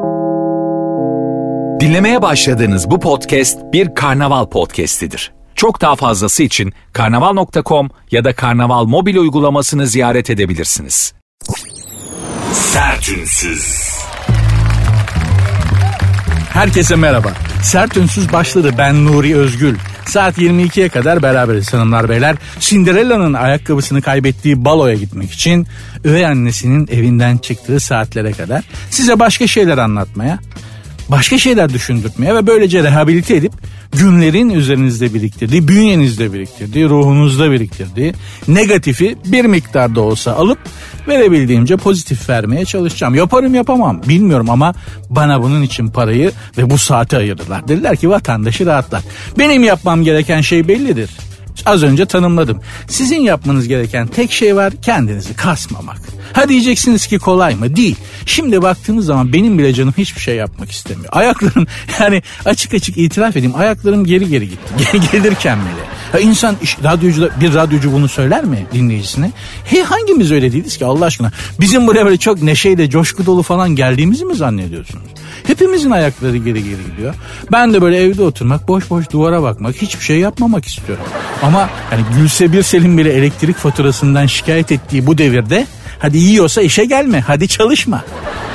Dinlemeye başladığınız bu podcast bir karnaval podcastidir. Çok daha fazlası için karnaval.com ya da karnaval mobil uygulamasını ziyaret edebilirsiniz. Sertünsüz. Herkese merhaba. Sertünsüz başladı. Ben Nuri Özgül. Saat 22'ye kadar beraberiz hanımlar beyler. Cinderella'nın ayakkabısını kaybettiği baloya gitmek için üvey annesinin evinden çıktığı saatlere kadar size başka şeyler anlatmaya, başka şeyler düşündürtmeye ve böylece rehabilite edip günlerin üzerinizde biriktirdiği, bünyenizde biriktirdiği, ruhunuzda biriktirdiği negatifi bir miktarda olsa alıp verebildiğimce pozitif vermeye çalışacağım. Yaparım yapamam bilmiyorum ama bana bunun için parayı ve bu saati ayırdılar. Dediler ki vatandaşı rahatlat. Benim yapmam gereken şey bellidir. Az önce tanımladım. Sizin yapmanız gereken tek şey var, kendinizi kasmamak. Ha diyeceksiniz ki kolay mı? Değil. Şimdi baktığınız zaman benim bile canım hiçbir şey yapmak istemiyor. Ayaklarım, yani açık açık itiraf edeyim, ayaklarım geri gitti. Gelirken bile. Ha insan, bir radyocu bunu söyler mi dinleyicisine? Hangimiz öyle değiliz ki Allah aşkına? Bizim buraya böyle çok neşeyle, coşku dolu falan geldiğimizi mi zannediyorsunuz? Hepimizin ayakları geri gidiyor. Ben de böyle evde oturmak, boş boş duvara bakmak, hiçbir şey yapmamak istiyorum. Ama hani Gülse Birsel'in bile elektrik faturasından şikayet ettiği bu devirde hadi yiyorsa işe gelme, hadi çalışma.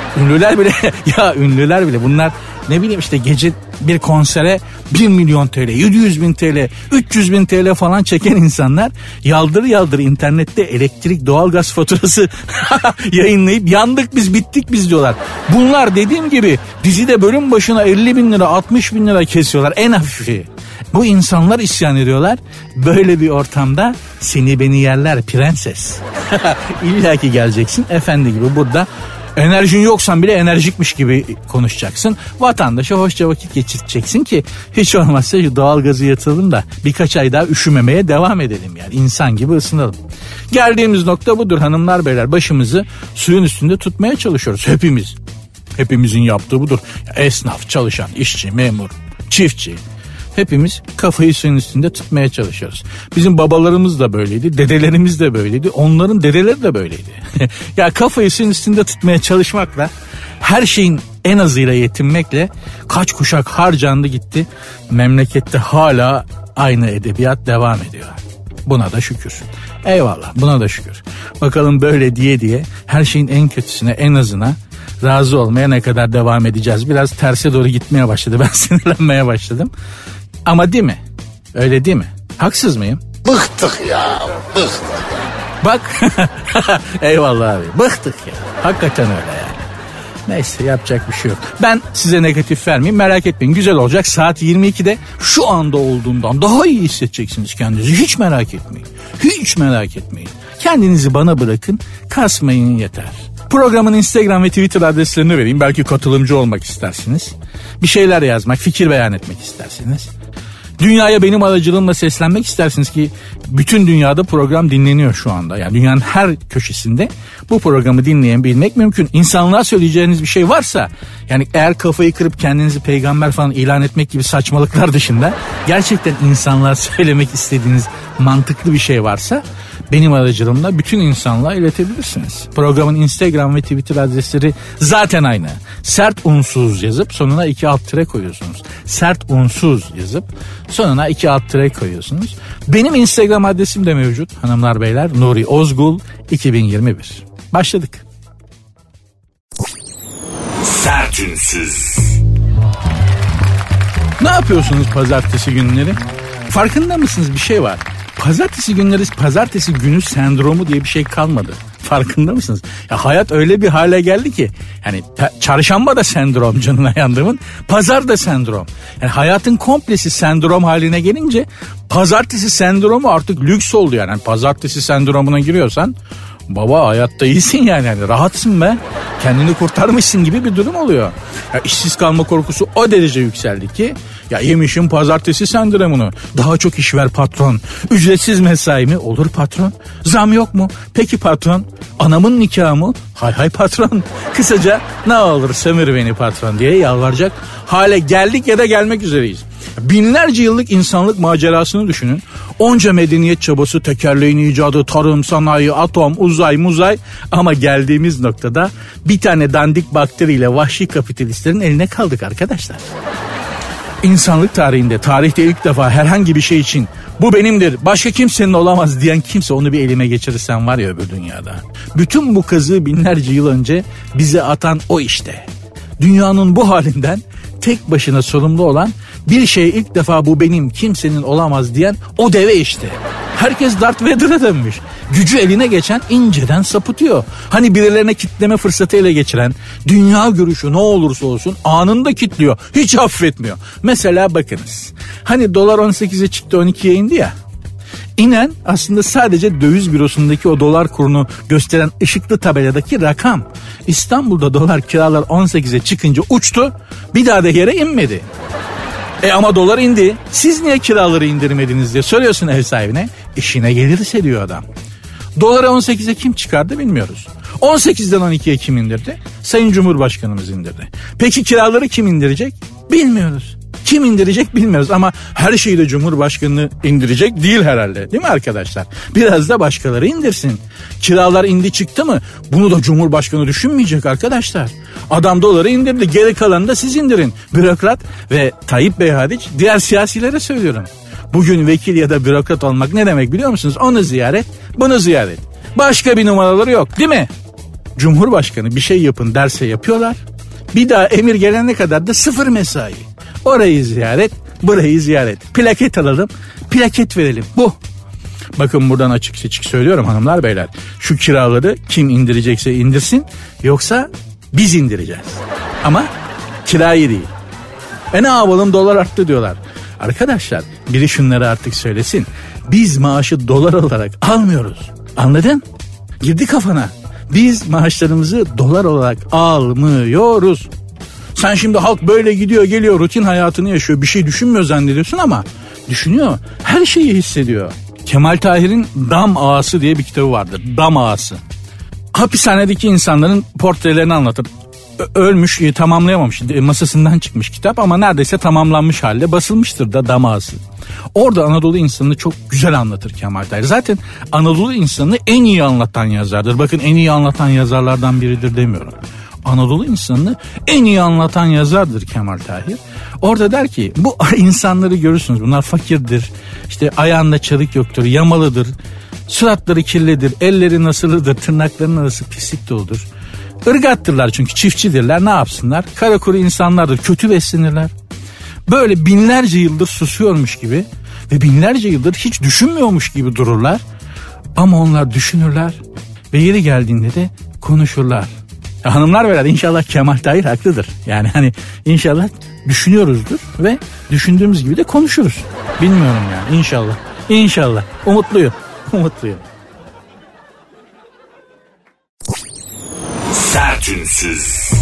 Ünlüler bile bunlar ne bileyim işte gece bir konsere 1 milyon TL, 700 bin TL, 300 bin TL falan çeken insanlar yaldır internette elektrik, doğalgaz faturası yayınlayıp yandık biz, bittik biz diyorlar. Bunlar dediğim gibi dizide bölüm başına 50 bin lira, 60 bin lira kesiyorlar en hafifi. Bu insanlar isyan ediyorlar. Böyle bir ortamda seni beni yerler prenses. İlla ki geleceksin efendi gibi burada. Enerjin yoksan bile enerjikmiş gibi konuşacaksın. Vatandaşa hoşça vakit geçireceksin ki hiç olmazsa şu doğalgazı yatıralım da birkaç ay daha üşümemeye devam edelim yani. İnsan gibi ısınalım. Geldiğimiz nokta budur hanımlar beyler. Başımızı suyun üstünde tutmaya çalışıyoruz hepimiz. Hepimizin yaptığı budur. Esnaf, çalışan, işçi, memur, çiftçi. Hepimiz kafayı suyun üstünde tutmaya çalışıyoruz. Bizim babalarımız da böyleydi, dedelerimiz de böyleydi, onların dedeleri de böyleydi. Ya kafayı suyun üstünde tutmaya çalışmakla, her şeyin en azıyla yetinmekle kaç kuşak harcandı gitti. Memlekette hala aynı edebiyat devam ediyor. Buna da şükür. Eyvallah, buna da şükür. Bakalım böyle diye her şeyin en kötüsüne, en azına razı olmaya ne kadar devam edeceğiz. Biraz terse doğru gitmeye başladı. Ben sinirlenmeye başladım. Ama değil mi? Öyle değil mi? Haksız mıyım? Bıktık ya, bıktık. Bak, eyvallah abi, bıktık ya. Hakikaten öyle yani. Neyse, yapacak bir şey yok. Ben size negatif vermeyeyim, merak etmeyin. Güzel olacak. Saat 22'de şu anda olduğundan daha iyi hissedeceksiniz kendinizi. Hiç merak etmeyin. Hiç merak etmeyin. Kendinizi bana bırakın, kasmayın yeter. Programın Instagram ve Twitter adreslerini vereyim. Belki katılımcı olmak istersiniz. Bir şeyler yazmak, fikir beyan etmek istersiniz. Dünyaya benim aracılığımla seslenmek istersiniz ki bütün dünyada program dinleniyor şu anda. Yani dünyanın her köşesinde bu programı dinleyebilmek mümkün. İnsanlığa söyleyeceğiniz bir şey varsa, yani eğer kafayı kırıp kendinizi peygamber falan ilan etmek gibi saçmalıklar dışında gerçekten insanlığa söylemek istediğiniz mantıklı bir şey varsa benim aracılığımla bütün insanlığa iletebilirsiniz. Programın Instagram ve Twitter adresleri zaten aynı. Sert unsuz yazıp sonuna 2 alt tire koyuyorsunuz. Sert unsuz yazıp sonuna 2 alt tire koyuyorsunuz. Benim Instagram adresim de mevcut hanımlar beyler. Nuri Ozgul 2021. Başladık. Sertünsüz. Ne yapıyorsunuz pazartesi günleri? Farkında mısınız, bir şey var. Pazartesi günü sendromu diye bir şey kalmadı. Farkında mısınız? Ya hayat öyle bir hale geldi ki, yani çarşamba da sendrom canına yandığımın, pazar da sendrom. Yani hayatın komplesi sendrom haline gelince pazartesi sendromu artık lüks oldu yani. Yani pazartesi sendromuna giriyorsan baba hayatta iyisin yani rahatsın be, kendini kurtarmışsın gibi bir durum oluyor. Ya işsiz kalma korkusu o derece yükseldi ki ya yemişim pazartesi sendromunu. Daha çok iş ver patron. Ücretsiz mesai mi? Olur patron. Zam yok mu? Peki patron. Anamın nikahı mı? Hay hay patron. Kısaca ne olur sömür beni patron diye yalvaracak hale geldik ya da gelmek üzereyiz. Binlerce yıllık insanlık macerasını düşünün. Onca medeniyet çabası, tekerleğin icadı, tarım, sanayi, atom, uzay, muzay ama geldiğimiz noktada bir tane dandik bakteriyle vahşi kapitalistlerin eline kaldık arkadaşlar. İnsanlık tarihte ilk defa herhangi bir şey için bu benimdir, başka kimsenin olamaz diyen kimse onu bir elime geçirirsen var ya öbür dünyada. Bütün bu kazığı binlerce yıl önce bize atan o işte. Dünyanın bu halinden tek başına sorumlu olan bir şey ilk defa bu benim kimsenin olamaz diyen o deve işte. Herkes Darth Vader'a dönmüş. Gücü eline geçen inceden sapıtıyor. Hani birilerine kitleme fırsatı ele geçiren, dünya görüşü ne olursa olsun anında kitliyor. Hiç affetmiyor. Mesela bakınız. Hani dolar 18'e çıktı 12'ye indi ya. İnen aslında sadece döviz bürosundaki o dolar kurunu gösteren ışıklı tabeladaki rakam. İstanbul'da dolar kiralar 18'e çıkınca uçtu, bir daha da yere inmedi. Ama dolar indi, siz niye kiraları indirmediniz diye soruyorsun ev sahibine. İşine gelirse diyor adam. Doları 18'e kim çıkardı bilmiyoruz. 18'den 12'ye kim indirdi? Sayın Cumhurbaşkanımız indirdi. Peki kiraları kim indirecek? Bilmiyoruz. Kim indirecek bilmiyoruz ama her şeyi de Cumhurbaşkanı indirecek değil herhalde, değil mi arkadaşlar? Biraz da başkaları indirsin. Kiralar indi çıktı mı bunu da Cumhurbaşkanı düşünmeyecek arkadaşlar. Adam doları indirdi, geri kalanını da siz indirin. Bürokrat ve Tayyip Bey hariç diğer siyasilere söylüyorum. Bugün vekil ya da bürokrat olmak ne demek biliyor musunuz? Onu ziyaret, bunu ziyaret. Başka bir numaraları yok değil mi? Cumhurbaşkanı bir şey yapın derse yapıyorlar. Bir daha emir gelene kadar da sıfır mesai. Orayı ziyaret, burayı ziyaret. Plaket alalım, plaket verelim. Bu. Bakın buradan açık seçik söylüyorum hanımlar beyler. Şu kiraları kim indirecekse indirsin, yoksa biz indireceğiz. Ama kirayı değil. Ne yapalım, dolar arttı diyorlar. Arkadaşlar biri şunları artık söylesin. Biz maaşı dolar olarak almıyoruz. Anladın? Girdi kafana. Biz maaşlarımızı dolar olarak almıyoruz. Sen şimdi halk böyle gidiyor geliyor rutin hayatını yaşıyor, bir şey düşünmüyor zannediyorsun ama düşünüyor, her şeyi hissediyor. Kemal Tahir'in Dam Ağası diye bir kitabı vardır. Dam Ağası. Hapishanedeki insanların portrelerini anlatır. Ölmüş, tamamlayamamış, masasından çıkmış kitap ama neredeyse tamamlanmış halde basılmıştır da Dam Ağası. Orada Anadolu insanını çok güzel anlatır Kemal Tahir. Zaten Anadolu insanını en iyi anlatan yazardır. Bakın en iyi anlatan yazarlardan biridir demiyorum. Anadolu insanını en iyi anlatan yazardır Kemal Tahir. Orada der ki bu insanları görürsünüz, bunlar fakirdir, işte ayağında çarık yoktur, yamalıdır, suratları kirlidir, elleri nasılıdır, tırnaklarının arası pislik doludur. Irgattırlar çünkü çiftçidirler, ne yapsınlar? Kara kuru insanlardır, kötü beslenirler. Böyle binlerce yıldır susuyormuş gibi ve binlerce yıldır hiç düşünmüyormuş gibi dururlar. Ama onlar düşünürler ve yeri geldiğinde de konuşurlar. Hanımlar beyler, inşallah Kemal Tahir haklıdır. Yani hani inşallah düşünüyoruzdur ve düşündüğümüz gibi de konuşuruz. Bilmiyorum yani, inşallah. İnşallah. Umutluyum. Sertünsüz.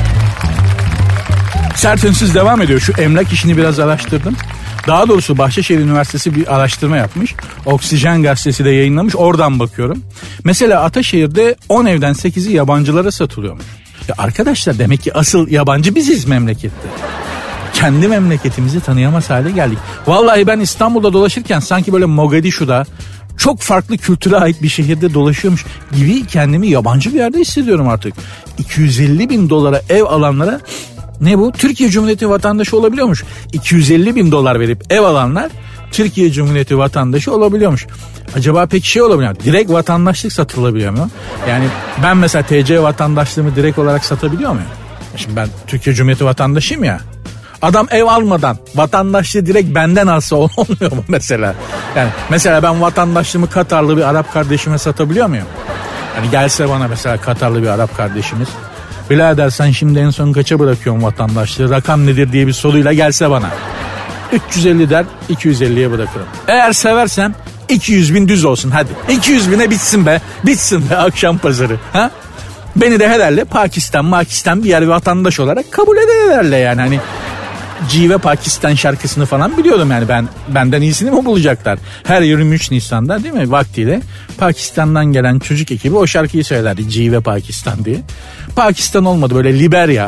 Sertünsüz devam ediyor. Şu emlak işini biraz araştırdım. Daha doğrusu Bahçeşehir Üniversitesi bir araştırma yapmış. Oksijen gazetesi de yayınlamış. Oradan bakıyorum. Mesela Ataşehir'de 10 evden 8'i yabancılara satılıyormuş. Ya arkadaşlar, demek ki asıl yabancı biziz memlekette. Kendi memleketimizi tanıyamaz hale geldik. Vallahi ben İstanbul'da dolaşırken sanki böyle Mogadishu'da çok farklı kültüre ait bir şehirde dolaşıyormuş gibi kendimi yabancı bir yerde hissediyorum artık. 250 bin dolara ev alanlara, ne bu? Türkiye Cumhuriyeti vatandaşı olabiliyormuş. 250 bin dolar verip ev alanlar Türkiye Cumhuriyeti vatandaşı olabiliyormuş. Acaba peki şey olabiliyor mu? Direkt vatandaşlık satılabiliyor mu? Yani ben mesela TC vatandaşlığımı direkt olarak satabiliyor muyum? Şimdi ben Türkiye Cumhuriyeti vatandaşıyım ya. Adam ev almadan vatandaşlığı direkt benden alsa olmuyor mu mesela? Yani mesela ben vatandaşlığımı Katarlı bir Arap kardeşime satabiliyor muyum? Yani gelse bana mesela Katarlı bir Arap kardeşimiz, birader sen şimdi en son kaça bırakıyorsun vatandaşlığı, rakam nedir diye bir soruyla gelse bana, 350 der, 250'ye bırakırım. Eğer seversem 200 bin düz olsun hadi. 200 bine bitsin be akşam pazarı. Ha? Beni de herhalde Pakistan bir yer vatandaş olarak kabul ederler yani. Hani Cive Pakistan şarkısını falan biliyordum yani, benden iyisini mi bulacaklar? Her 23 Nisan'da değil mi vaktiyle Pakistan'dan gelen çocuk ekibi o şarkıyı söylerdi, Cive Pakistan diye. Pakistan olmadı, böyle Liberya,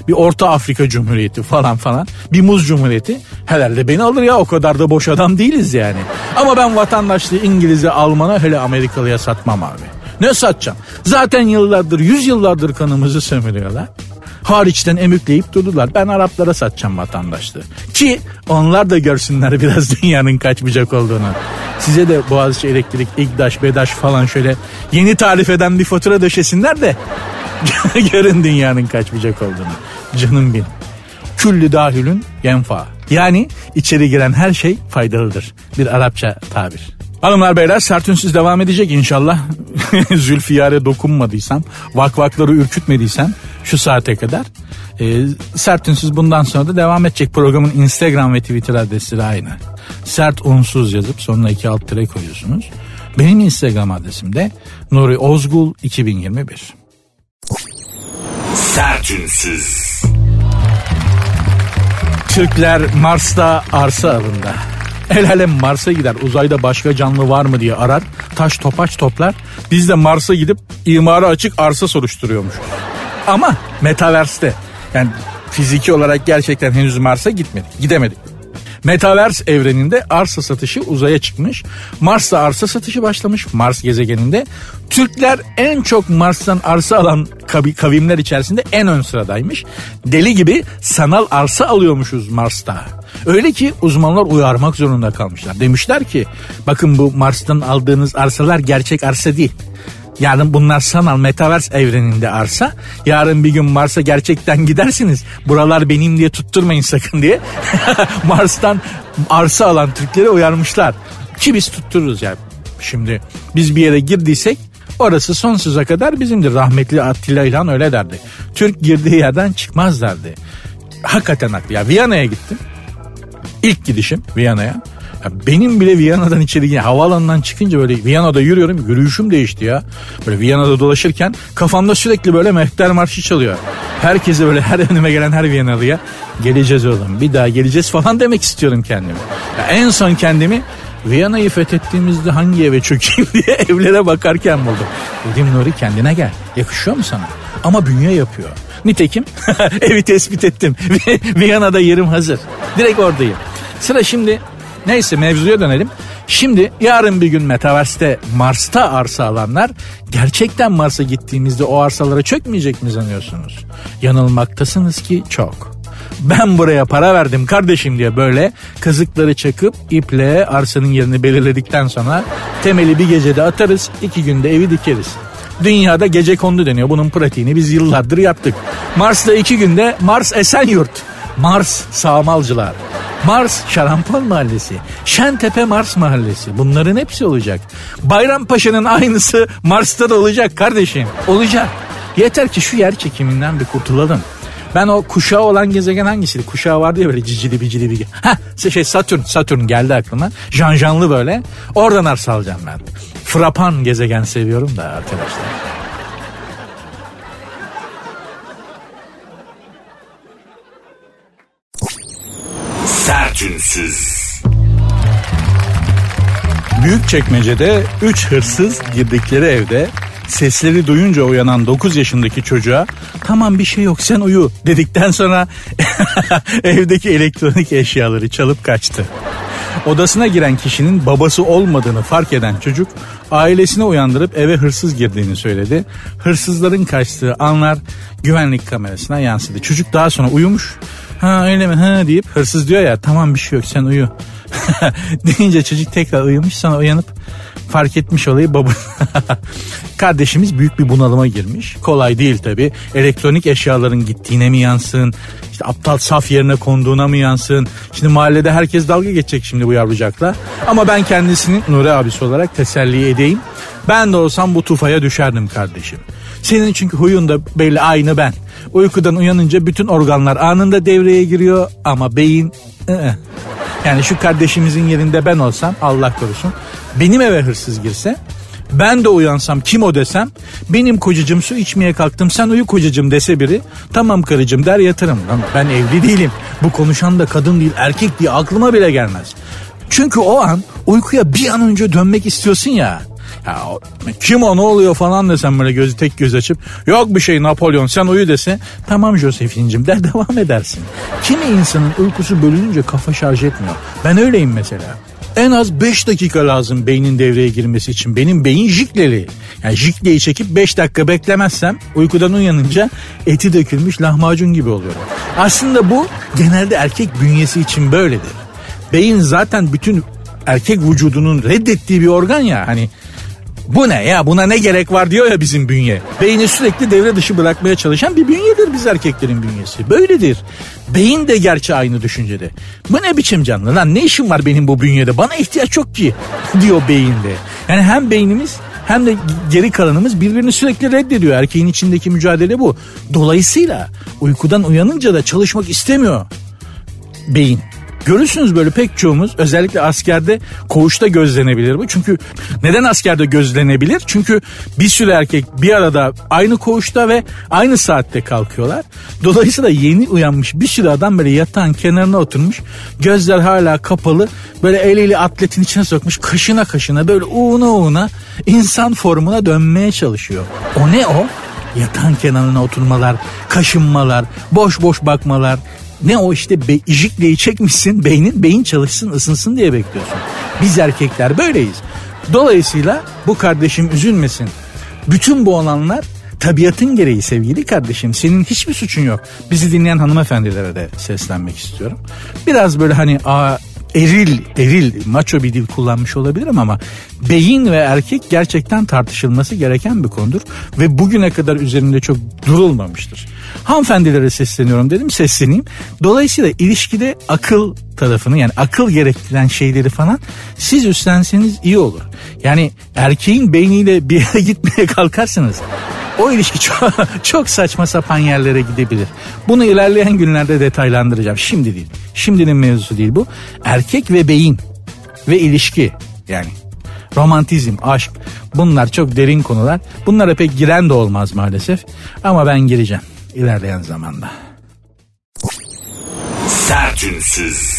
bir Orta Afrika Cumhuriyeti falan bir Muz Cumhuriyeti herhalde beni alır ya, o kadar da boş adam değiliz yani. Ama ben vatandaşlığı İngiliz'e, Alman'a, hele Amerikalı'ya satmam abi. Ne satacağım? Zaten yıllardır, 100 yıllardır kanımızı sömürüyorlar. Hariçten emükleyip durdular. Ben Araplara satacağım vatandaşlığı. Ki onlar da görsünler biraz dünyanın kaç bucak olduğunu. Size de Boğaziçi Elektrik, İGDAŞ, BEDAŞ falan şöyle yeni tarif eden bir fatura döşesinler de görün dünyanın kaç bucak olduğunu. Canım benim. Küllü dahülün yenfa. Yani içeri giren her şey faydalıdır. Bir Arapça tabir. Hanımlar beyler, Sert Ünsüz devam edecek inşallah. Zülfiyar'e dokunmadıysam, vakvakları ürkütmediysem şu saate kadar. Sert Ünsüz bundan sonra da devam edecek. Programın Instagram ve Twitter adresleri aynı. Sert Unsuz yazıp sonuna 2 alt tire koyuyorsunuz. Benim Instagram adresim de Nuri Ozgul 2021. Sert Ünsüz. Türkler Mars'ta arsa avında. El alem Mars'a gider, uzayda başka canlı var mı diye arar, taş topaç toplar. Biz de Mars'a gidip imara açık arsa soruşturuyormuş. Ama Metaverse'te, yani fiziki olarak gerçekten henüz Mars'a gidemedik. Metaverse evreninde arsa satışı uzaya çıkmış. Mars'ta arsa satışı başlamış, Mars gezegeninde. Türkler en çok Mars'tan arsa alan kavimler içerisinde en ön sıradaymış. Deli gibi sanal arsa alıyormuşuz Mars'ta. Öyle ki uzmanlar uyarmak zorunda kalmışlar. Demişler ki bakın, bu Mars'tan aldığınız arsalar gerçek arsa değil. Yarın bunlar sanal Metaverse evreninde arsa. Yarın bir gün Mars'a gerçekten gidersiniz. Buralar benim diye tutturmayın sakın diye. Mars'tan arsa alan Türklere uyarmışlar. Ki biz tuttururuz yani. Şimdi biz bir yere girdiysek orası sonsuza kadar bizimdir. Rahmetli Atilla İlhan öyle derdi. Türk girdiği yerden çıkmaz derdi. Hakikaten haklı. Ya Viyana'ya gittim. İlk gidişim Viyana'ya. Ya benim bile Viyana'dan içeri, havaalanından çıkınca böyle Viyana'da yürüyorum, yürüyüşüm değişti ya. Böyle Viyana'da dolaşırken kafamda sürekli böyle Mehter Marşı çalıyor. Herkese böyle, her önüme gelen her Viyanalıya geleceğiz oğlum, bir daha geleceğiz falan demek istiyorum kendime. Ya en son kendimi Viyana'yı fethettiğimizde hangi eve çökeyim diye evlere bakarken buldum. Dedim Nuri, kendine gel, yakışıyor mu sana? Ama bünye yapıyor. Nitekim evi tespit ettim. Viyana'da yerim hazır. Direkt oradayım. Sıra şimdi, neyse mevzuya dönelim. Şimdi yarın bir gün Metaverse'te Mars'ta arsa alanlar gerçekten Mars'a gittiğimizde o arsalara çökmeyecek mi sanıyorsunuz? Yanılmaktasınız ki çok. Ben buraya para verdim kardeşim diye böyle kazıkları çakıp iple arsanın yerini belirledikten sonra temeli bir gecede atarız, 2 günde evi dikeriz. Dünyada gecekondu deniyor. Bunun pratiğini biz yıllardır yaptık. Mars'ta 2 günde Mars Esenyurt, Mars Sağmalcılar, Mars Şarampol Mahallesi, Şentepe Mars Mahallesi, bunların hepsi olacak. Bayrampaşa'nın aynısı Mars'ta da olacak kardeşim. Olacak. Yeter ki şu yer çekiminden bir kurtulalım. Ben o kuşağı olan gezegen hangisiydi? Kuşağı vardı ya böyle cicili bicili bir. Satürn geldi aklıma. Janjanlı böyle. Oradan arsa alacağım ben. Frapan gezegen seviyorum da arkadaşlar. Sert Ünsüz. Büyükçekmece'de 3 hırsız girdikleri evde sesleri duyunca uyanan 9 yaşındaki çocuğa tamam bir şey yok sen uyu dedikten sonra evdeki elektronik eşyaları çalıp kaçtı. Odasına giren kişinin babası olmadığını fark eden çocuk ailesini uyandırıp eve hırsız girdiğini söyledi. Hırsızların kaçtığı anlar güvenlik kamerasına yansıdı. Çocuk daha sonra uyumuş. Ha öyle mi ha deyip hırsız diyor ya tamam bir şey yok sen uyu deyince çocuk tekrar uyumuş, sonra uyanıp fark etmiş olayı baba. Kardeşimiz büyük bir bunalıma girmiş. Kolay değil tabii. Elektronik eşyaların gittiğine mi yansın? İşte aptal saf yerine konduğuna mı yansın? Şimdi mahallede herkes dalga geçecek şimdi bu yavrucakla. Ama ben kendisinin Nuri abisi olarak teselli edeyim. Ben de olsam bu tufaya düşerdim kardeşim. Senin çünkü huyun da belli, aynı ben. Uykudan uyanınca bütün organlar anında devreye giriyor ama beyin Yani şu kardeşimizin yerinde ben olsam, Allah korusun, benim eve hırsız girse, ben de uyansam kim o desem, benim kocacığım su içmeye kalktım sen uyu kocacığım dese biri, tamam karıcığım der yatırım. Ben evli değilim, bu konuşan da kadın değil erkek diye aklıma bile gelmez. Çünkü o an uykuya bir an önce dönmek istiyorsun ya. Ya, kim o, ne oluyor falan desem böyle gözü tek göz açıp yok bir şey Napolyon sen uyu dese tamam Josephine'cim der devam edersin. Kimi insanın uykusu bölününce kafa şarj etmiyor. Ben öyleyim mesela. En az 5 dakika lazım beynin devreye girmesi için. Benim beyin jikleli. Yani jikleyi çekip 5 dakika beklemezsem uykudan uyanınca eti dökülmüş lahmacun gibi oluyorum. Aslında bu genelde erkek bünyesi için böyledir. Beyin zaten bütün erkek vücudunun reddettiği bir organ ya. Hani bu ne ya, buna ne gerek var diyor ya bizim bünye. Beyni sürekli devre dışı bırakmaya çalışan bir bünyedir biz erkeklerin bünyesi. Böyledir. Beyin de gerçi aynı düşüncede. Bu ne biçim canlı lan, ne işim var benim bu bünyede, bana ihtiyaç yok ki diyor beyinde. Yani hem beynimiz hem de geri kalanımız birbirini sürekli reddediyor. Erkeğin içindeki mücadele bu. Dolayısıyla uykudan uyanınca da çalışmak istemiyor beyin. Görürsünüz böyle pek çoğumuz, özellikle askerde koğuşta gözlenebilir bu. Çünkü neden askerde gözlenebilir? Çünkü bir sürü erkek bir arada aynı koğuşta ve aynı saatte kalkıyorlar. Dolayısıyla yeni uyanmış bir sürü adam böyle yatağın kenarına oturmuş. Gözler hala kapalı. Böyle eliyle atletin içine sokmuş. Kaşına kaşına böyle uğuna insan formuna dönmeye çalışıyor. O ne o? Yatağın kenarına oturmalar, kaşınmalar, boş boş bakmalar. Ne o işte jikleyi çekmişsin beyin çalışsın ısınsın diye bekliyorsun. Biz erkekler böyleyiz. Dolayısıyla bu kardeşim üzülmesin. Bütün bu olanlar tabiatın gereği sevgili kardeşim. Senin hiçbir suçun yok. Bizi dinleyen hanımefendilere de seslenmek istiyorum. Biraz böyle hani eril maço bir dil kullanmış olabilirim ama beyin ve erkek gerçekten tartışılması gereken bir konudur ve bugüne kadar üzerinde çok durulmamıştır. Hanımefendilere sesleniyorum dedim, sesleneyim. Dolayısıyla ilişkide akıl tarafını, yani akıl gerektiren şeyleri falan siz üstlenseniz iyi olur. Yani erkeğin beyniyle bir yere gitmeye kalkarsanız o ilişki çok saçma sapan yerlere gidebilir. Bunu ilerleyen günlerde detaylandıracağım. Şimdi değil. Şimdinin mevzusu değil bu. Erkek ve beyin ve ilişki, yani romantizm, aşk, bunlar çok derin konular. Bunlara pek giren de olmaz maalesef. Ama ben gireceğim ilerleyen zamanda. Sertünsüz.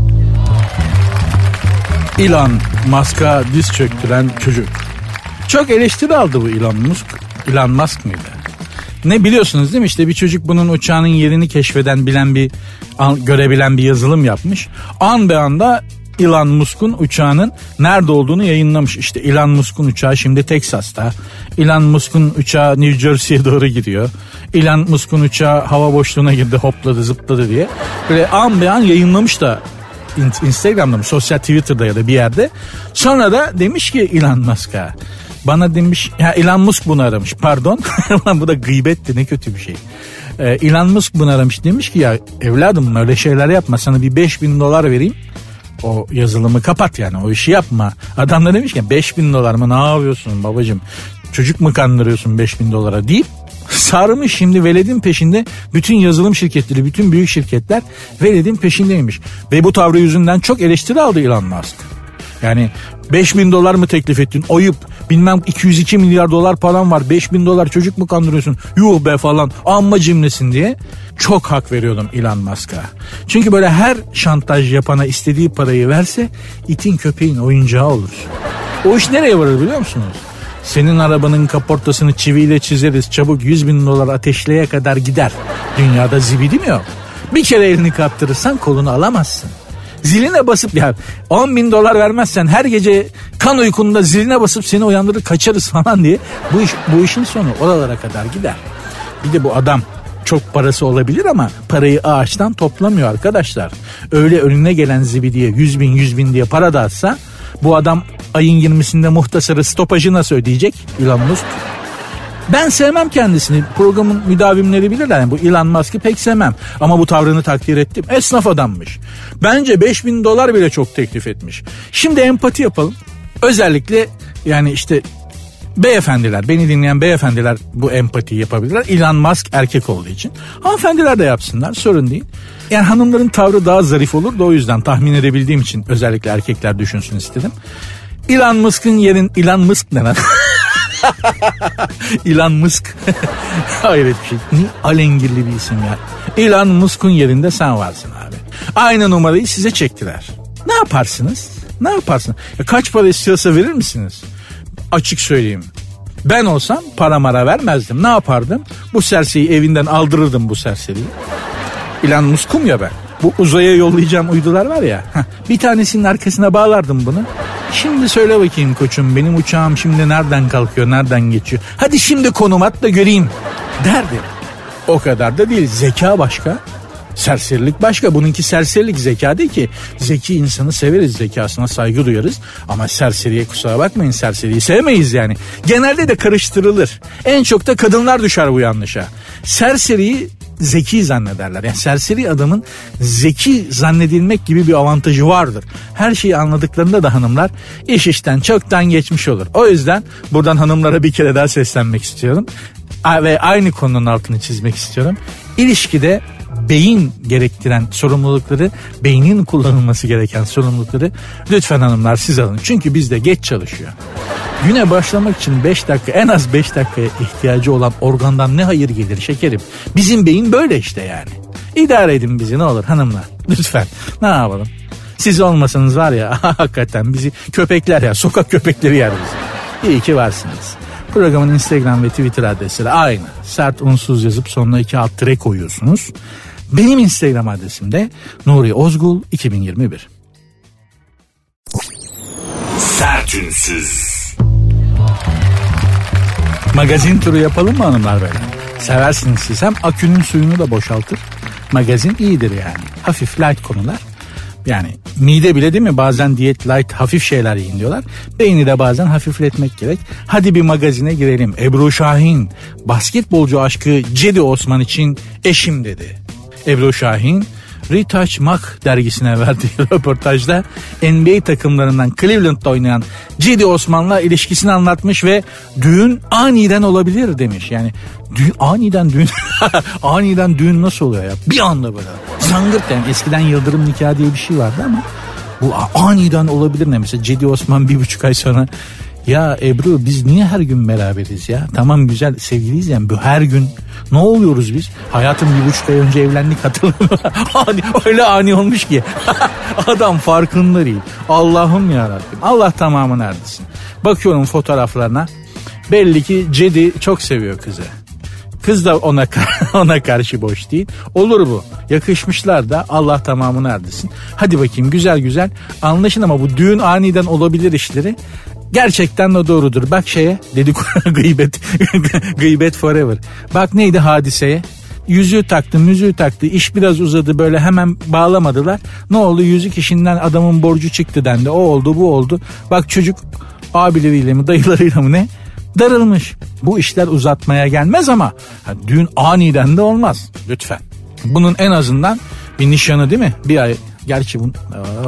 Elon Musk'a diz çöktüren çocuk. Çok eleştiri aldı bu Elon Musk. Elon Musk mıydı? Ne biliyorsunuz değil mi? İşte bir çocuk bunun uçağının yerini keşfeden, görebilen bir yazılım yapmış. An be anda Elon Musk'un uçağının nerede olduğunu yayınlamış. İşte Elon Musk'un uçağı şimdi Teksas'ta. Elon Musk'un uçağı New Jersey'ye doğru gidiyor. Elon Musk'un uçağı hava boşluğuna girdi, hopladı zıpladı diye. Böyle an be an yayınlamış da Instagram'da mı, sosyal Twitter'da ya da bir yerde. Sonra da demiş ki Elon Musk'a, bana demiş ya, Elon Musk bunu aramış, pardon bu da gıybetti, ne kötü bir şey. Elon Musk bunu aramış, demiş ki ya evladım öyle şeyler yapma, sana bir $5,000 vereyim, o yazılımı kapat, yani o işi yapma. Adam da demiş ki $5,000 mı, ne yapıyorsun babacığım, çocuk mu kandırıyorsun $5,000 deyip sarmış. Şimdi veledin peşinde bütün yazılım şirketleri, bütün büyük şirketler veledin peşindeymiş ve bu tavrı yüzünden çok eleştiri aldı Elon Musk. Yani $5,000 mı teklif ettin? Ayıp. Bilmem 202 milyar dolar param var. $5,000 çocuk mu kandırıyorsun? Yuh be falan. Amma cimrisin diye. Çok hak veriyordum Elon Musk'a. Çünkü böyle her şantaj yapana istediği parayı verse itin köpeğin oyuncağı olur. O iş nereye varır biliyor musunuz? Senin arabanın kaportasını çiviyle çizeriz, çabuk $100,000 ateşleye kadar gider. Dünyada zibidi mi yok? Bir kere elini kaptırırsan kolunu alamazsın. Ziline basıp ya $10,000 vermezsen her gece kan uykunda ziline basıp seni uyandırır kaçarız falan diye bu işin sonu oralara kadar gider. Bir de bu adam çok parası olabilir ama parayı ağaçtan toplamıyor arkadaşlar. Öyle önüne gelen zibidiye 100.000 diye para dağıtsa bu adam ayın 20'sinde muhtasarı, stopajı nasıl ödeyecek Elon Musk? Ben sevmem kendisini. Programın müdavimleri bilirler. Yani bu Elon Musk'ı pek sevmem. Ama bu tavrını takdir ettim. Esnaf adammış. Bence $5,000 bile çok teklif etmiş. Şimdi empati yapalım. Özellikle yani işte beyefendiler, beni dinleyen beyefendiler bu empatiyi yapabilirler. Elon Musk erkek olduğu için. Hanımefendiler de yapsınlar, sorun değil. Yani hanımların tavrı daha zarif olur da o yüzden tahmin edebildiğim için özellikle erkekler düşünsün istedim. Elon Musk'ın Elon Musk ne lan? Elon Musk. Hayret bir şey. Ne alengirli bir isim ya. Elon Musk'un yerinde sen varsın abi. Aynı numarayı size çektiler. Ne yaparsınız? Ne yaparsınız? Ya kaç para istiyorsa verir misiniz? açık söyleyeyim. Ben olsam para mara vermezdim. Ne yapardım? Bu serseriyi evinden aldırırdım bu serseriyi. İlan Muskum ya ben. Bu uzaya yollayacağım uydular var ya. Bir tanesinin arkasına bağlardım bunu. Şimdi söyle bakayım koçum, benim uçağım şimdi nereden kalkıyor, nereden geçiyor? Hadi şimdi konum at da göreyim derdim. O kadar da değil. Zeka başka. Serserilik başka. Bununki serserilik, zeka değil ki. Zeki insanı severiz, zekasına saygı duyarız. Ama serseriye kusura bakmayın, serseriyi sevmeyiz yani. Genelde de karıştırılır. En çok da kadınlar düşer bu yanlışa. Serseriyi zeki zannederler. Yani serseri adamın zeki zannedilmek gibi bir avantajı vardır. Her şeyi anladıklarında da hanımlar iş işten çoktan geçmiş olur. O yüzden buradan hanımlara bir kere daha seslenmek istiyorum. Ve aynı konunun altını çizmek istiyorum. İlişkide beyin gerektiren sorumlulukları, beynin kullanılması gereken sorumlulukları lütfen hanımlar siz alın. Çünkü bizde geç çalışıyor. Güne başlamak için 5 dakika, en az 5 dakikaya ihtiyacı olan organdan ne hayır gelir şekerim. Bizim beyin böyle işte yani. İdare edin bizi ne olur hanımlar. Lütfen. Ne yapalım? Siz olmasanız var ya hakikaten bizi köpekler ya, sokak köpekleri yer bizi. İyi ki varsınız. Programın Instagram ve Twitter adresleri aynı. Sert unsuz yazıp sonuna 2 alt tire koyuyorsunuz. Benim Instagram adresim de Nuri Ozgul 2021. Sertünsüz. Magazin turu yapalım mı hanımlar böyle? Seversiniz siz. Hem akünün suyunu da boşaltır. Magazin iyidir yani. Hafif light konular. Yani mide bile değil mi bazen diyet light hafif şeyler yiyin diyorlar. Beyni de bazen hafifletmek gerek. Hadi bir magazine girelim. Ebru Şahin basketbolcu aşkı Cedi Osman için eşim dedi. Ebru Şahin Retouch Mac dergisine verdiği röportajda NBA takımlarından Cleveland'da oynayan Cedi Osman'la ilişkisini anlatmış ve düğün aniden olabilir demiş. Yani aniden düğün nasıl oluyor ya? Bir anda böyle. Zangırt yani, eskiden yıldırım nikahı diye bir şey vardı ama bu aniden olabilir ne? Mesela Cedi Osman 1,5 ay sonra ya Ebru biz niye her gün beraberiz ya? Tamam güzel sevgiliyiz yani bu her gün ne oluyoruz biz? Hayatım 1,5 ay önce evlendik hatırlamıyorum. Öyle ani olmuş ki. Adam farkında değil. Allah'ım yarabbim. Allah tamamını erdirsin. Bakıyorum fotoğraflarına. Belli ki Cedi çok seviyor kızı. Kız da ona karşı boş değil. Olur bu. Yakışmışlar da Allah tamamını erdirsin. Hadi bakayım güzel güzel anlaşın ama bu düğün aniden olabilir işleri gerçekten de doğrudur. Bak şeye dedik gıybet forever. Bak neydi Hadiseye? Yüzüğü taktı iş biraz uzadı böyle hemen bağlamadılar. Ne oldu yüzük işinden adamın borcu çıktı dendi. O oldu bu oldu. Bak çocuk abileriyle mi dayılarıyla mı ne? Darılmış. Bu işler uzatmaya gelmez ama düğün aniden de olmaz. Lütfen. Bunun en azından bir nişanı değil mi? Bir ay. Gerçi bunu...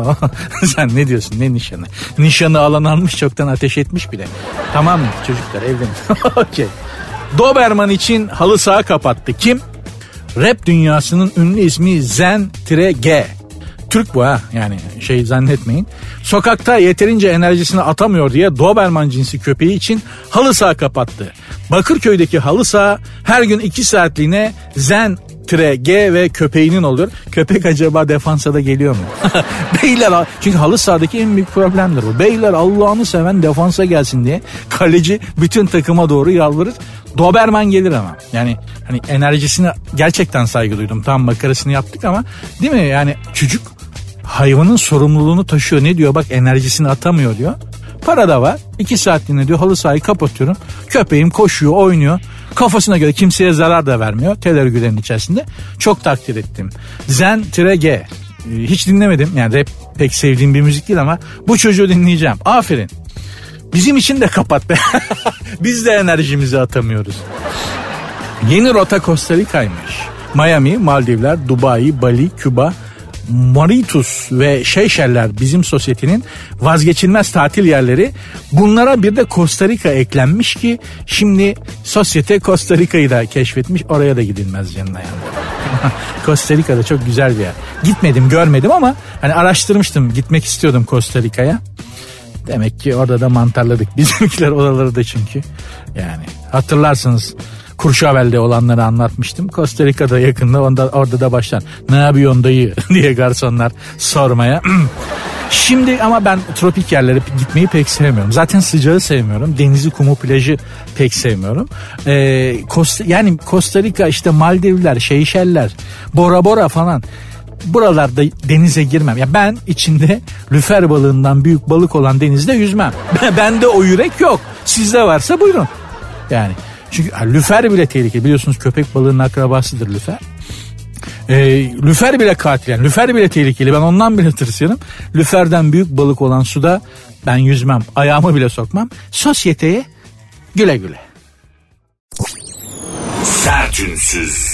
Sen ne diyorsun? Ne nişanı? Nişanı alan almış çoktan ateş etmiş bile. Tamam mı çocuklar evlenin. Okey. Doberman için halı saha kapattı. Kim? Rap dünyasının ünlü ismi Zen-G. Türk bu ha yani şey zannetmeyin. Sokakta yeterince enerjisini atamıyor diye Doberman cinsi köpeği için halı saha kapattı. Bakırköy'deki halı saha her gün 2 saatliğine Zen-G ve köpeğinin oluyor. Köpek acaba defansa da geliyor mu? Beyler çünkü halı sahadaki en büyük problemdir bu. Beyler Allah'ını seven defansa gelsin diye kaleci bütün takıma doğru yalvarır. Doberman gelir ama yani hani enerjisine gerçekten saygı duydum. Tam makarasını yaptık ama değil mi yani çocuk hayvanın sorumluluğunu taşıyor. Ne diyor bak enerjisini atamıyor diyor. Para da var 2 saatliğine diyor halı sahayı kapatıyorum. Köpeğim koşuyor oynuyor. Kafasına göre kimseye zarar da vermiyor. Tel örgülerin içerisinde. Çok takdir ettim. Zen-G. Hiç dinlemedim. Yani rap pek sevdiğim bir müzik değil ama bu çocuğu dinleyeceğim. Aferin. Bizim için de kapat be. Biz de enerjimizi atamıyoruz. Yeni rota Costa Rica'ymış. Miami, Maldivler, Dubai, Bali, Küba, Mauritius ve Seyşeller bizim sosyetenin vazgeçilmez tatil yerleri. Bunlara bir de Costa Rica eklenmiş ki şimdi sosyete Costa Rica'yı da keşfetmiş. Oraya da gidilmez canına yani. Costa Rica'da çok güzel bir yer. Gitmedim, görmedim ama hani araştırmıştım. Gitmek istiyordum Costa Rica'ya. Demek ki orada da mantarladık. Bizimkiler oraları da çünkü. Yani hatırlarsınız Kurşavel'de olanları anlatmıştım. Costa Rica'da yakında orada da başlar. Ne yapıyorsun dayı diye garsonlar sormaya. Şimdi ama ben tropik yerlere gitmeyi pek sevmiyorum. Zaten sıcağı sevmiyorum. Denizi, kumu, plajı pek sevmiyorum. Yani Costa Rica, işte Maldivler, Seyşeller, Bora Bora falan. Buralarda denize girmem. Ya ben içinde lüfer balığından büyük balık olan denizde yüzmem. Bende o yürek yok. Sizde varsa buyurun. Yani çünkü lüfer bile tehlikeli. Biliyorsunuz köpek balığının akrabasıdır lüfer. Lüfer bile katil, yani lüfer bile tehlikeli. Ben ondan bile tırsıyorum. Lüferden büyük balık olan suda ben yüzmem. Ayağımı bile sokmam. Sosyeteye güle güle. Sertünsüz.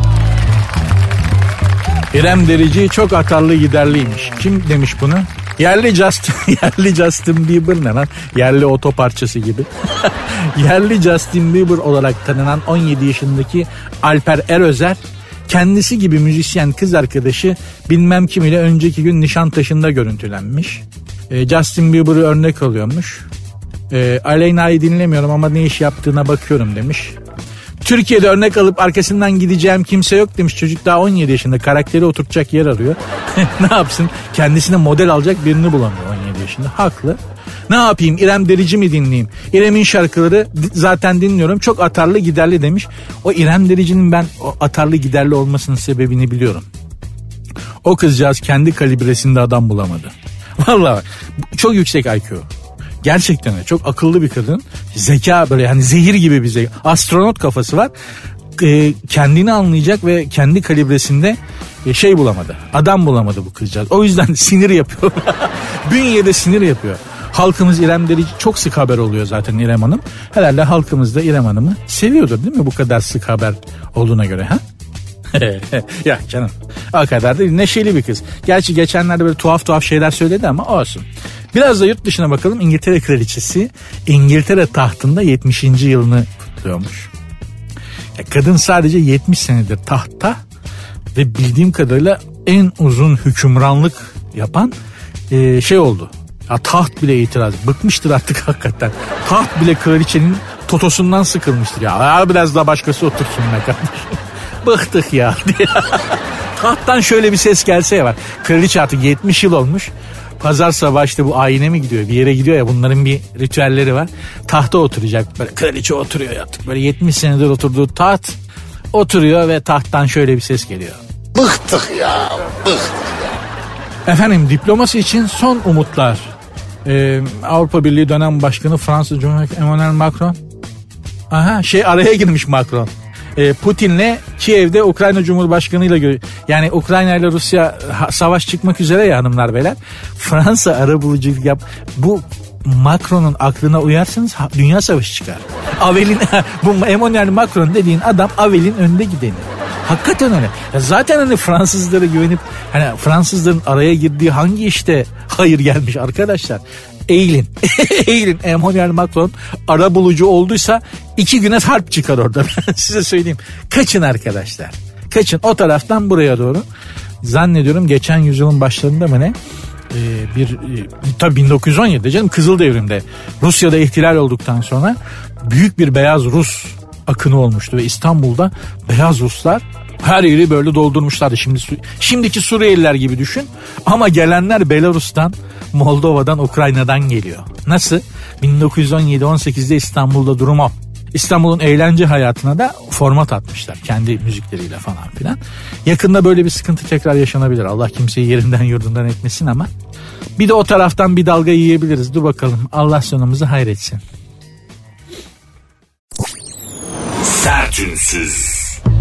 İrem Derici çok atarlı giderliymiş. Kim demiş bunu? Yerli Justin Bieber ne lan? Yerli oto parçası gibi. Yerli Justin Bieber olarak tanınan 17 yaşındaki Alper Erözer, kendisi gibi müzisyen kız arkadaşı bilmem kim ile önceki gün Nişantaşı'nda görüntülenmiş. Justin Bieber'ı örnek alıyormuş. Aleyna'yı dinlemiyorum ama ne iş yaptığına bakıyorum demiş. Türkiye'de örnek alıp arkasından gideceğim kimse yok demiş. Çocuk daha 17 yaşında, karakteri oturtacak yer arıyor. Ne yapsın? Kendisine model alacak birini bulamıyor 17 yaşında. Haklı. Ne yapayım? İrem Derici mi dinleyeyim? İrem'in şarkıları zaten dinliyorum. Çok atarlı giderli demiş. O İrem Derici'nin ben o atarlı giderli olmasının sebebini biliyorum. O kızcağız kendi kalibresinde adam bulamadı. Vallahi çok yüksek IQ. Gerçekten de çok akıllı bir kadın. Zeka, böyle hani zehir gibi bir zeka. Astronot kafası var. Kendini anlayacak ve kendi kalibresinde şey bulamadı. Adam bulamadı bu kızcağız. O yüzden sinir yapıyor. Bünyede sinir yapıyor. Halkımız İrem Derici, çok sık haber oluyor zaten İrem Hanım. Herhalde halkımız da İrem Hanım'ı seviyordur değil mi bu kadar sık haber olduğuna göre, ha? Ya canım, o kadar değil, neşeli bir kız. Gerçi geçenlerde böyle tuhaf şeyler söyledi ama olsun. Biraz da yurt dışına bakalım. İngiltere kraliçesi İngiltere tahtında 70. yılını kutluyormuş. Ya kadın sadece 70 senedir tahtta ve bildiğim kadarıyla en uzun hükümranlık yapan şey oldu. Ya taht bile itiraz. Bıkmıştır artık hakikaten. Taht bile kraliçenin totosundan sıkılmıştır. Ya biraz daha başkası otursun be kardeşim. Bıktık ya diye. Tahttan şöyle bir ses gelse ya var. Kraliçe artık 70 yıl olmuş. Pazar sabahı işte bu ayine mi gidiyor? Bir yere gidiyor ya, bunların bir ritüelleri var. Tahta oturacak. Böyle kraliçe oturuyor artık. Böyle 70 senedir oturduğu taht oturuyor ve tahttan şöyle bir ses geliyor. Bıktık ya. Efendim, diplomasi için son umutlar. Avrupa Birliği dönem başkanı Fransız Cumhurbaşkanı Emmanuel Macron. Araya girmiş Macron. Putin'le Kiev'de Ukrayna Cumhurbaşkanı'yla yani Ukrayna ile Rusya savaş çıkmak üzere ya hanımlar beyler. Fransa arabuluculuk yap. Bu Macron'un aklına uyarsanız dünya savaşı çıkar. Bu Emmanuel Macron dediğin adam Avel'in önde gideni. Hakikaten öyle. Ya zaten hani Fransızlara güvenip hani Fransızların araya girdiği hangi işte hayır gelmiş arkadaşlar. Eğilin. Emmanuel Macron arabulucu olduysa 2 güne harp çıkar orada. Ben size söyleyeyim. Kaçın arkadaşlar. Kaçın o taraftan buraya doğru. Zannediyorum geçen yüzyılın başlarında mı ne? Tabii 1917'de canım, Kızıl Devrim'de Rusya'da ihtilal olduktan sonra büyük bir beyaz Rus akını olmuştu ve İstanbul'da beyaz Ruslar her yeri böyle doldurmuşlardı. Şimdiki Suriyeliler gibi düşün ama gelenler Belarus'tan, Moldova'dan, Ukrayna'dan geliyor. Nasıl? 1917-18'de İstanbul'da durum o. İstanbul'un eğlence hayatına da format atmışlar kendi müzikleriyle falan filan. Yakında böyle bir sıkıntı tekrar yaşanabilir. Allah kimseyi yerinden yurdundan etmesin ama bir de o taraftan bir dalga yiyebiliriz. Dur bakalım, Allah sonumuzu hayretsin. Sertünsüz.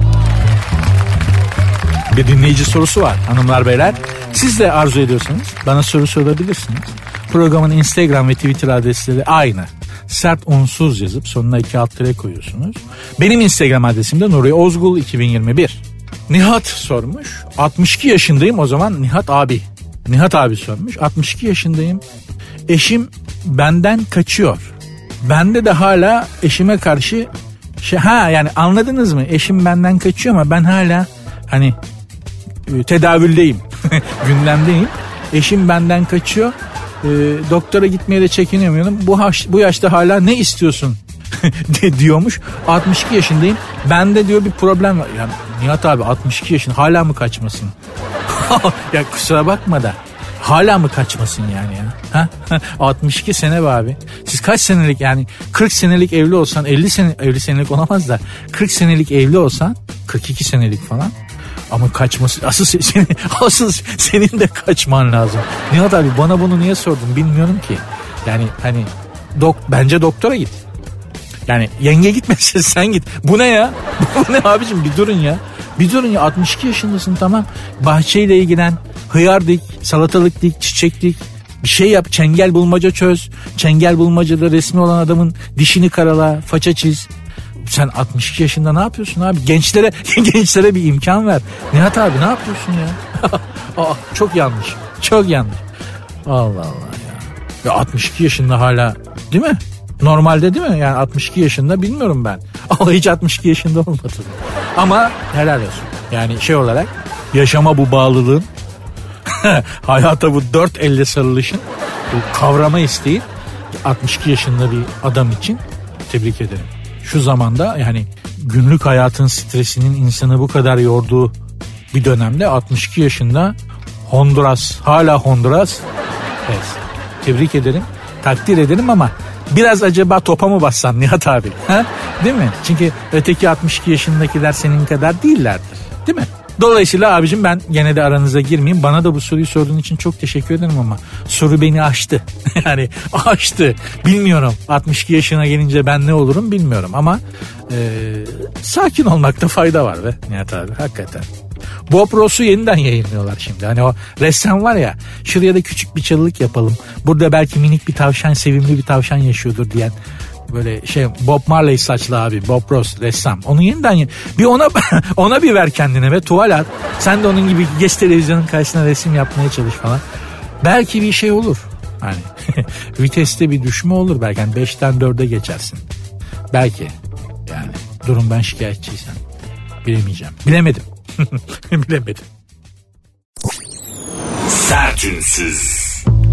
Bir dinleyici sorusu var hanımlar beyler. Siz de arzu ediyorsanız bana soru sorabilirsiniz. Programın Instagram ve Twitter adresleri aynı. Sert unsuz yazıp sonuna 2 alt tire koyuyorsunuz. Benim Instagram adresim de Nuri Ozgul 2021. Nihat sormuş. 62 yaşındayım, o zaman Nihat abi sormuş. 62 yaşındayım. Eşim benden kaçıyor. Bende de hala eşime karşı yani anladınız mı? Eşim benden kaçıyor ama ben hala hani tedavüldeyim. Gündemdeyim. Eşim benden kaçıyor. Doktora gitmeye de çekinemiyorum. Bu yaşta hala ne istiyorsun diyormuş. 62 yaşındayım. Bende diyor bir problem var. Yani Nihat abi 62 yaşında hala mı kaçmasın? Ya kusura bakma da. Hala mı kaçmasın yani ya? Ha? 62 sene be abi. Siz kaç senelik yani 40 senelik evli olsan 50 senelik olamaz da 40 senelik evli olsan 42 senelik falan. Ama kaçması asıl senin de kaçman lazım. Nihat abi bana bunu niye sordun bilmiyorum ki. Yani hani bence doktora git. Yani yenge gitmesin sen git. Bu ne ya? Bu ne abicim bir durun ya. Bir durun ya 62 yaşındasın tamam. Bahçeyle ilgilen. Hıyar dik, salatalık dik, çiçek dik. Bir şey yap, çengel bulmaca çöz. Çengel bulmacada resmi olan adamın dişini karala, faça çiz. Sen 62 yaşında ne yapıyorsun abi? Gençlere bir imkan ver. Nihat abi ne yapıyorsun ya? Çok yanlış. Çok yanlış. Allah Allah ya. Ya 62 yaşında hala değil mi? Normalde değil mi? Yani 62 yaşında bilmiyorum ben. Ama hiç 62 yaşında olmadı. Ama helal olsun. Yani şey olarak yaşama bu bağlılığın hayata bu dört elle sarılışın bu kavrama isteği 62 yaşında bir adam için tebrik ederim. Şu zamanda yani günlük hayatın stresinin insanı bu kadar yorduğu bir dönemde 62 yaşında hala Honduras. Evet. Tebrik ederim. Takdir ederim ama biraz acaba topa mı bassan Nihat abi? Ha? Değil mi? Çünkü öteki 62 yaşındakiler senin kadar değillerdir. Değil mi? Dolayısıyla abicim ben gene de aranıza girmeyeyim. Bana da bu soruyu sorduğun için çok teşekkür ederim ama soru beni aştı. Yani aştı. Bilmiyorum 62 yaşına gelince ben ne olurum bilmiyorum ama sakin olmakta fayda var be Nihat abi hakikaten. Bob Ross'u yeniden yayınlıyorlar şimdi. Hani o ressam var ya şuraya da küçük bir çalılık yapalım. Burada belki minik bir tavşan, sevimli bir tavşan yaşıyordur diyen böyle Bob Marley saçlı abi Bob Ross ressam. Onu yeniden bir ona bir ver kendine ve tuval at. Sen de onun gibi geç televizyonun karşısına resim yapmaya çalış falan. Belki bir şey olur. Hani viteste bir düşme olur belki. Yani 5'ten 4'e geçersin. Belki. Yani durumdan şikayetçiysen. Bilemeyeceğim. Bilemedim. Bilemedim. Sertünsüz.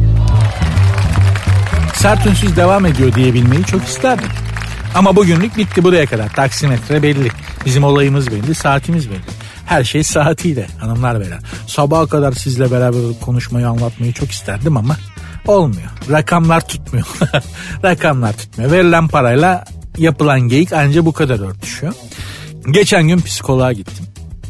Sertünsüz devam ediyor diyebilmeyi çok isterdim. Ama bugünlük bitti buraya kadar. Taksimetre belli. Bizim olayımız belli. Saatimiz belli. Her şey saatiyle hanımlar beyler. Sabaha kadar sizle beraber konuşmayı anlatmayı çok isterdim ama olmuyor. Rakamlar tutmuyor. Rakamlar tutmuyor. Verilen parayla yapılan geyik anca bu kadar örtüşüyor. Geçen gün psikoloğa gittim.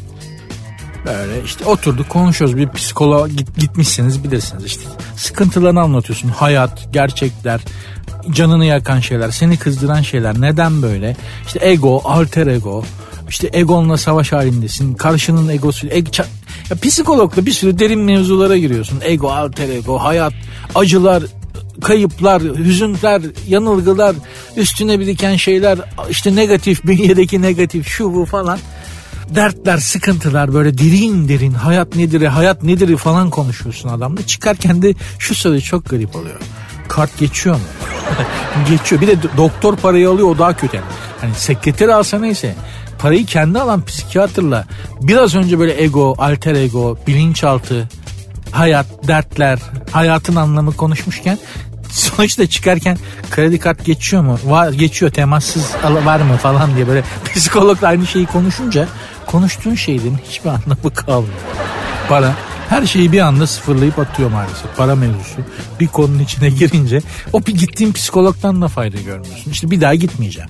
Böyle işte oturduk konuşuyoruz. Bir psikoloğa gitmişsiniz bilirsiniz işte. Sıkıntılarını anlatıyorsun. Hayat, gerçekler, canını yakan şeyler, seni kızdıran şeyler. Neden böyle? İşte ego, alter ego. İşte egonla savaş halindesin. Karşının egosu. Ya psikologla bir sürü derin mevzulara giriyorsun. Ego, alter ego, hayat, acılar, kayıplar, hüzünler, yanılgılar, üstüne biriken şeyler, işte negatif, bünyedeki negatif, şu bu falan. Dertler, sıkıntılar böyle derin hayat nedir falan konuşuyorsun adamla. Çıkarken de şu soru çok garip oluyor. Kart geçiyor mu? Geçiyor. Bir de doktor parayı alıyor o daha kötü. Hani sekreteri alsa neyse. Parayı kendi alan psikiyatrla biraz önce böyle ego, alter ego, bilinçaltı, hayat, dertler, hayatın anlamı konuşmuşken sonuçta çıkarken kredi kart geçiyor mu? Var, geçiyor, temassız var mı falan diye böyle psikologla aynı şeyi konuşunca konuştuğun şeylerin hiçbir anlamı kalmıyor. Para her şeyi bir anda sıfırlayıp atıyor maalesef. Para mevzusu bir konunun içine girince o bir gittiğin psikologdan da fayda görmüyorsun. İşte bir daha gitmeyeceğim.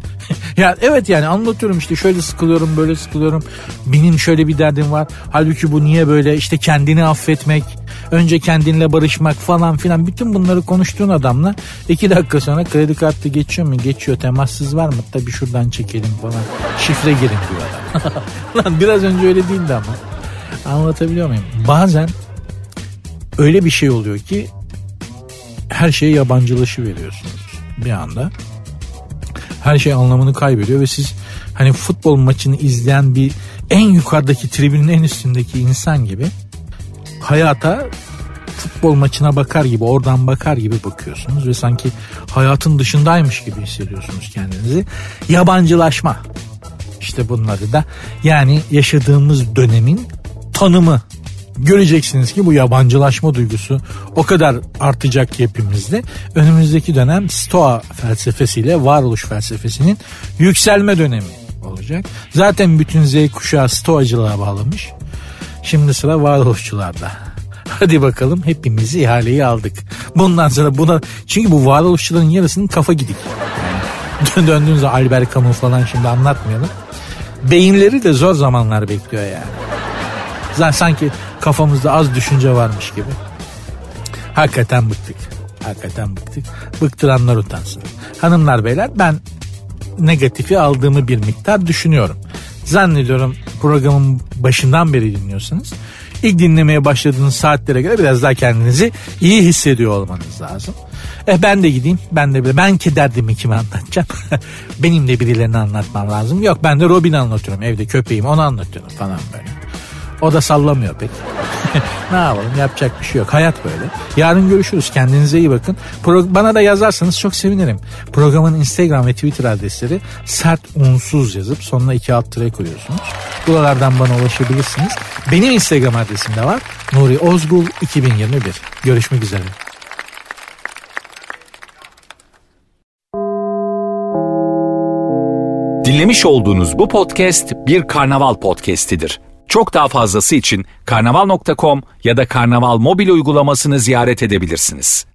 Ya evet yani anlatıyorum işte şöyle sıkılıyorum böyle sıkılıyorum. Benim şöyle bir derdim var. Halbuki bu niye böyle işte kendini affetmek, önce kendinle barışmak falan filan. Bütün bunları konuştuğun adamla 2 dakika sonra kredi kartı geçiyor mu? Geçiyor. Temassız var mı? Tabii şuradan çekelim falan. Şifre girin diyor adam. Lan biraz önce öyle değildi ama. Anlatabiliyor muyum? Bazen öyle bir şey oluyor ki her şeye yabancılaşıveriyorsunuz bir anda. Her şey anlamını kaybediyor ve siz hani futbol maçını izleyen bir en yukarıdaki tribünün en üstündeki insan gibi hayata futbol maçına bakar gibi oradan bakar gibi bakıyorsunuz ve sanki hayatın dışındaymış gibi hissediyorsunuz kendinizi. Yabancılaşma işte bunun adı da yani yaşadığımız dönemin tanımı. Göreceksiniz ki bu yabancılaşma duygusu o kadar artacak ki hepimizde. Önümüzdeki dönem Stoa felsefesiyle varoluş felsefesinin yükselme dönemi olacak. Zaten bütün Z kuşağı Stoacılığa bağlamış. Şimdi sıra varoluşçularda. Hadi bakalım, hepimiz ihaleyi aldık. Bundan sonra buna, çünkü bu varoluşçuların yarısının kafa gidik. Yani döndüğünüz zaman Albert Camus falan şimdi anlatmayalım. Beyinleri de zor zamanlar bekliyor yani. Zaten sanki kafamızda az düşünce varmış gibi. Hakikaten bıktık. Hakikaten bıktık. Bıktıranlar utansın. Hanımlar beyler, ben negatifi aldığımı bir miktar düşünüyorum. Zannediyorum programın başından beri dinliyorsanız, İlk dinlemeye başladığınız saatlere göre biraz daha kendinizi iyi hissediyor olmanız lazım. Ben de gideyim. Ben kederdimi kime anlatacağım? Benim de birilerine anlatmam lazım. Yok, ben de Robin'i anlatıyorum. Evde köpeğim, onu anlatıyorum falan böyle. O da sallamıyor pek. Ne yapalım, yapacak bir şey yok. Hayat böyle. Yarın görüşürüz. Kendinize iyi bakın. Bana da yazarsanız çok sevinirim. Programın Instagram ve Twitter adresleri sert unsuz yazıp sonuna 2 alt tire koyuyorsunuz. Buralardan bana ulaşabilirsiniz. Benim Instagram adresim de var. Nuri Ozgul 2021. Görüşmek üzere. Dinlemiş olduğunuz bu podcast bir Karnaval podcastidir. Çok daha fazlası için karnaval.com ya da Karnaval mobil uygulamasını ziyaret edebilirsiniz.